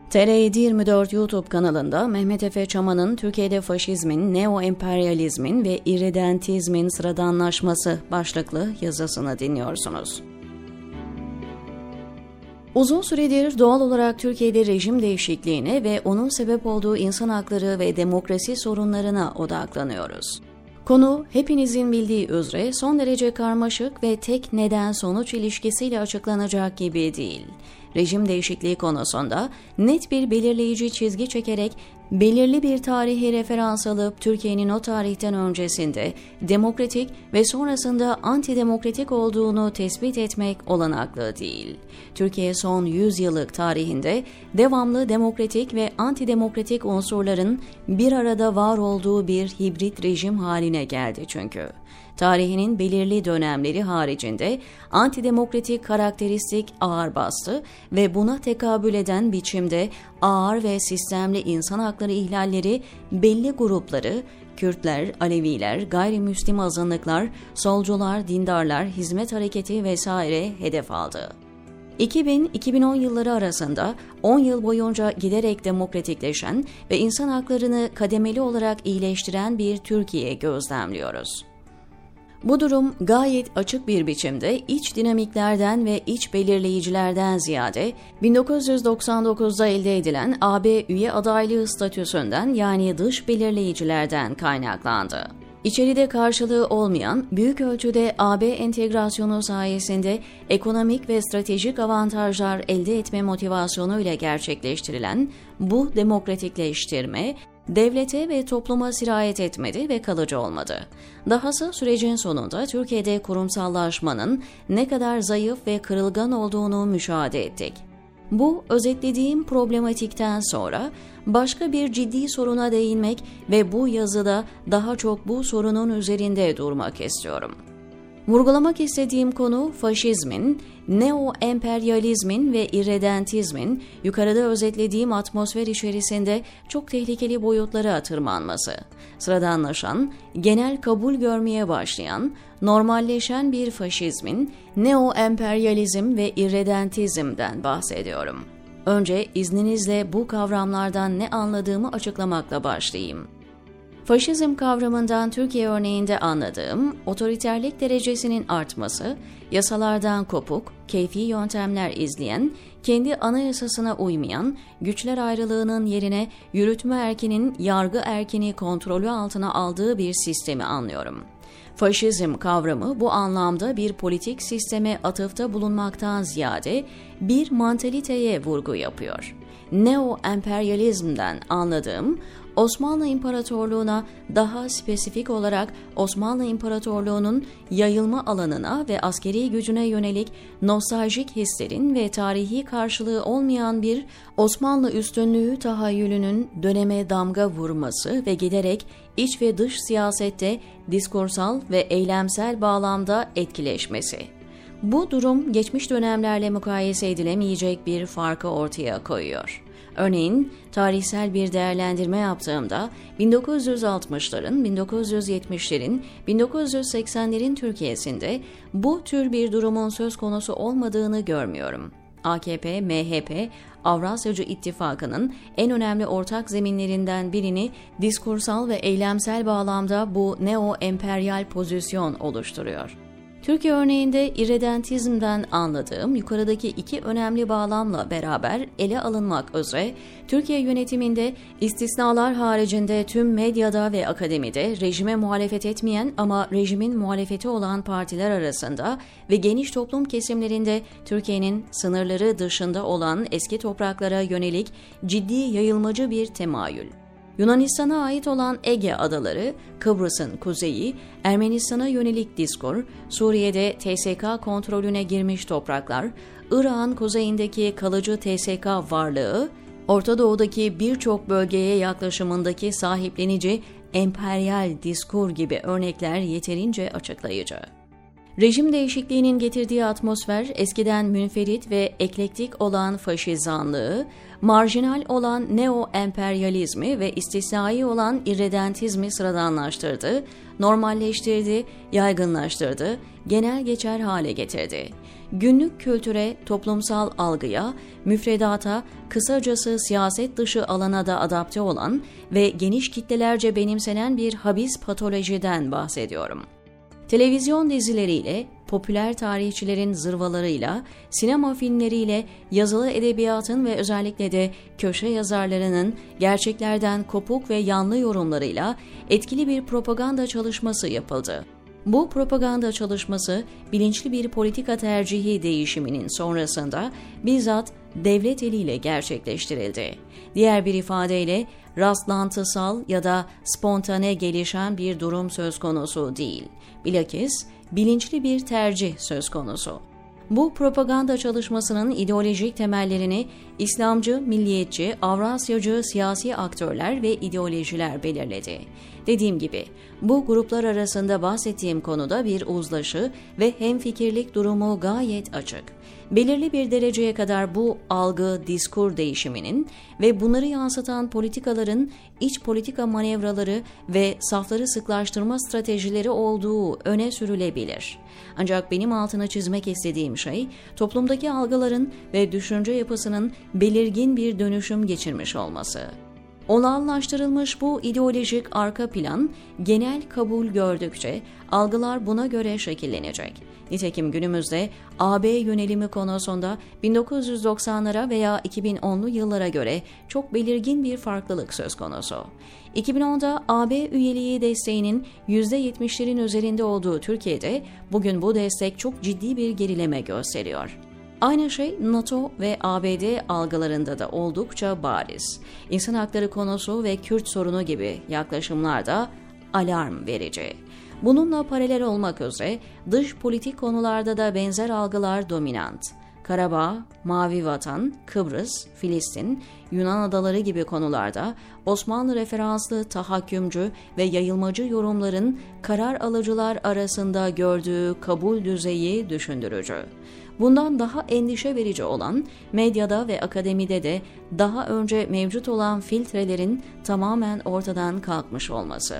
TR724 YouTube kanalında Mehmet Efe Çaman'ın Türkiye'de faşizmin, neo-emperyalizmin ve irredentizmin sıradanlaşması başlıklı yazısını dinliyorsunuz. Uzun süredir doğal olarak Türkiye'de rejim değişikliğine ve onun sebep olduğu insan hakları ve demokrasi sorunlarına odaklanıyoruz. Konu hepinizin bildiği üzere son derece karmaşık ve tek neden-sonuç ilişkisiyle açıklanacak gibi değil. Rejim değişikliği konusunda net bir belirleyici çizgi çekerek belirli bir tarihi referans alıp Türkiye'nin o tarihten öncesinde demokratik ve sonrasında antidemokratik olduğunu tespit etmek olanaklı değil. Türkiye son 100 yıllık tarihinde devamlı demokratik ve antidemokratik unsurların bir arada var olduğu bir hibrit rejim haline geldi çünkü. Tarihinin belirli dönemleri haricinde antidemokratik karakteristik ağır bastı ve buna tekabül eden biçimde ağır ve sistemli insan hakları ihlalleri belli grupları, Kürtler, Aleviler, gayrimüslim azınlıklar, solcular, dindarlar, hizmet hareketi vesaire hedef aldı. 2000-2010 yılları arasında 10 yıl boyunca giderek demokratikleşen ve insan haklarını kademeli olarak iyileştiren bir Türkiye gözlemliyoruz. Bu durum gayet açık bir biçimde iç dinamiklerden ve iç belirleyicilerden ziyade 1999'da elde edilen AB üye adaylığı statüsünden yani dış belirleyicilerden kaynaklandı. İçeride karşılığı olmayan büyük ölçüde AB entegrasyonu sayesinde ekonomik ve stratejik avantajlar elde etme motivasyonuyla gerçekleştirilen bu demokratikleştirme, devlete ve topluma sirayet etmedi ve kalıcı olmadı. Dahası sürecin sonunda Türkiye'de kurumsallaşmanın ne kadar zayıf ve kırılgan olduğunu müşahede ettik. Bu özetlediğim problematikten sonra başka bir ciddi soruna değinmek ve bu yazıda daha çok bu sorunun üzerinde durmak istiyorum. Vurgulamak istediğim konu faşizmin, neo-emperyalizmin ve irredentizmin yukarıda özetlediğim atmosfer içerisinde çok tehlikeli boyutlara tırmanması, sıradanlaşan, genel kabul görmeye başlayan, normalleşen bir faşizmin neo-emperyalizm ve irredentizmden bahsediyorum. Önce izninizle bu kavramlardan ne anladığımı açıklamakla başlayayım. Faşizm kavramından Türkiye örneğinde anladığım, otoriterlik derecesinin artması, yasalardan kopuk, keyfi yöntemler izleyen, kendi anayasasına uymayan, güçler ayrılığının yerine yürütme erkinin yargı erkini kontrolü altına aldığı bir sistemi anlıyorum. Faşizm kavramı bu anlamda bir politik sisteme atıfta bulunmaktan ziyade bir mantaliteye vurgu yapıyor. Neo-emperyalizmden anladığım, Osmanlı İmparatorluğu'na daha spesifik olarak Osmanlı İmparatorluğu'nun yayılma alanına ve askeri gücüne yönelik nostaljik hislerin ve tarihi karşılığı olmayan bir Osmanlı üstünlüğü tahayyülünün döneme damga vurması ve giderek iç ve dış siyasette diskursal ve eylemsel bağlamda etkileşmesi. Bu durum geçmiş dönemlerle mukayese edilemeyecek bir farkı ortaya koyuyor. Örneğin tarihsel bir değerlendirme yaptığımda 1960'ların, 1970'lerin, 1980'lerin Türkiye'sinde bu tür bir durumun söz konusu olmadığını görmüyorum. AKP, MHP, Avrasyacı İttifakı'nın en önemli ortak zeminlerinden birini diskursal ve eylemsel bağlamda bu neo-emperyal pozisyon oluşturuyor. Türkiye örneğinde irredentizmden anladığım yukarıdaki iki önemli bağlamla beraber ele alınmak üzere Türkiye yönetiminde istisnalar haricinde tüm medyada ve akademide rejime muhalefet etmeyen ama rejimin muhalefeti olan partiler arasında ve geniş toplum kesimlerinde Türkiye'nin sınırları dışında olan eski topraklara yönelik ciddi yayılmacı bir temayül. Yunanistan'a ait olan Ege Adaları, Kıbrıs'ın kuzeyi, Ermenistan'a yönelik diskur, Suriye'de TSK kontrolüne girmiş topraklar, Irak'ın kuzeyindeki kalıcı TSK varlığı, Orta Doğu'daki birçok bölgeye yaklaşımındaki sahiplenici emperyal diskur gibi örnekler yeterince açıklayıcı. Rejim değişikliğinin getirdiği atmosfer eskiden münferit ve eklektik olan faşizanlığı, marjinal olan neo-emperyalizmi ve istisnai olan irredentizmi sıradanlaştırdı, normalleştirdi, yaygınlaştırdı, genel geçer hale getirdi. günlük kültüre, toplumsal algıya, müfredata, kısacası siyaset dışı alana da adapte olan ve geniş kitlelerce benimsenen bir habis patolojiden bahsediyorum. Televizyon dizileriyle, popüler tarihçilerin zırvalarıyla, sinema filmleriyle, yazılı edebiyatın ve özellikle de köşe yazarlarının gerçeklerden kopuk ve yanlı yorumlarıyla etkili bir propaganda çalışması yapıldı. Bu propaganda çalışması bilinçli bir politika tercihi değişiminin sonrasında bizzat devlet eliyle gerçekleştirildi. Diğer bir ifadeyle rastlantısal ya da spontane gelişen bir durum söz konusu değil. Bilakis bilinçli bir tercih söz konusu. Bu propaganda çalışmasının ideolojik temellerini İslamcı, milliyetçi, Avrasyacı siyasi aktörler ve ideolojiler belirledi. Dediğim gibi bu gruplar arasında bahsettiğim konuda bir uzlaşı ve hemfikirlik durumu gayet açık. Belirli bir dereceye kadar bu algı, diskur değişiminin ve bunları yansıtan politikaların iç politika manevraları ve safları sıklaştırma stratejileri olduğu öne sürülebilir. Ancak benim altına çizmek istediğim şey, toplumdaki algıların ve düşünce yapısının belirgin bir dönüşüm geçirmiş olması. Olağanlaştırılmış bu ideolojik arka plan genel kabul gördükçe algılar buna göre şekillenecek. Nitekim günümüzde AB yönelimi konusunda 1990'lara veya 2010'lu yıllara göre çok belirgin bir farklılık söz konusu. 2010'da AB üyeliği desteğinin %70'lerin üzerinde olduğu Türkiye'de bugün bu destek çok ciddi bir gerileme gösteriyor. Aynı şey NATO ve ABD algılarında da oldukça bariz. İnsan hakları konusu ve Kürt sorunu gibi yaklaşımlar da alarm verici. Bununla paralel olmak üzere dış politik konularda da benzer algılar dominant. Karabağ, Mavi Vatan, Kıbrıs, Filistin, Yunan adaları gibi konularda Osmanlı referanslı tahakkümcü ve yayılmacı yorumların karar alıcılar arasında gördüğü kabul düzeyi düşündürücü. Bundan daha endişe verici olan medyada ve akademide de daha önce mevcut olan filtrelerin tamamen ortadan kalkmış olması.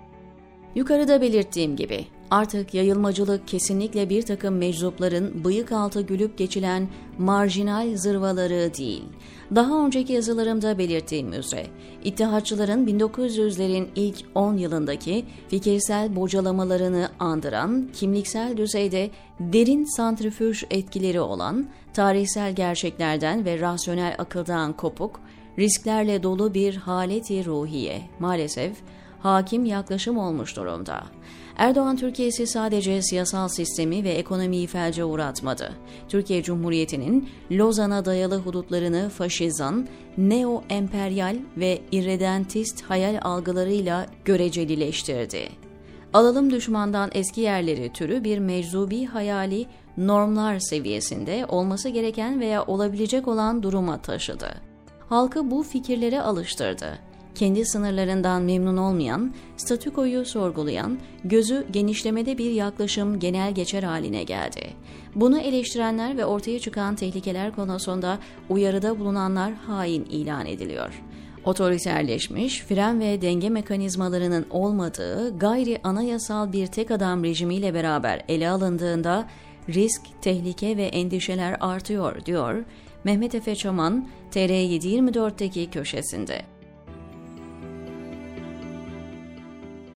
Yukarıda belirttiğim gibi artık yayılmacılık kesinlikle bir takım meczupların bıyık altı gülüp geçilen marjinal zırvaları değil. Daha önceki yazılarımda belirttiğim üzere İttihatçıların 1900'lerin ilk 10 yılındaki fikirsel bocalamalarını andıran, kimliksel düzeyde derin santrifüj etkileri olan, tarihsel gerçeklerden ve rasyonel akıldan kopuk, risklerle dolu bir haleti ruhiye maalesef hakim yaklaşım olmuş durumda. Erdoğan Türkiye'si sadece siyasal sistemi ve ekonomiyi felce uğratmadı. Türkiye Cumhuriyeti'nin Lozan'a dayalı hudutlarını faşizan, neo-emperyal ve irredentist hayal algılarıyla görecelileştirdi. Alalım düşmandan eski yerleri türü bir meczubi hayali normlar seviyesinde olması gereken veya olabilecek olan duruma taşıdı. Halkı bu fikirlere alıştırdı. Kendi sınırlarından memnun olmayan, statükoyu sorgulayan, gözü genişlemede bir yaklaşım genel geçer haline geldi. Bunu eleştirenler ve ortaya çıkan tehlikeler konusunda uyarıda bulunanlar hain ilan ediliyor. Otoriterleşmiş, fren ve denge mekanizmalarının olmadığı gayri anayasal bir tek adam rejimiyle beraber ele alındığında risk, tehlike ve endişeler artıyor diyor Mehmet Efe Çaman, TR724'teki köşesinde.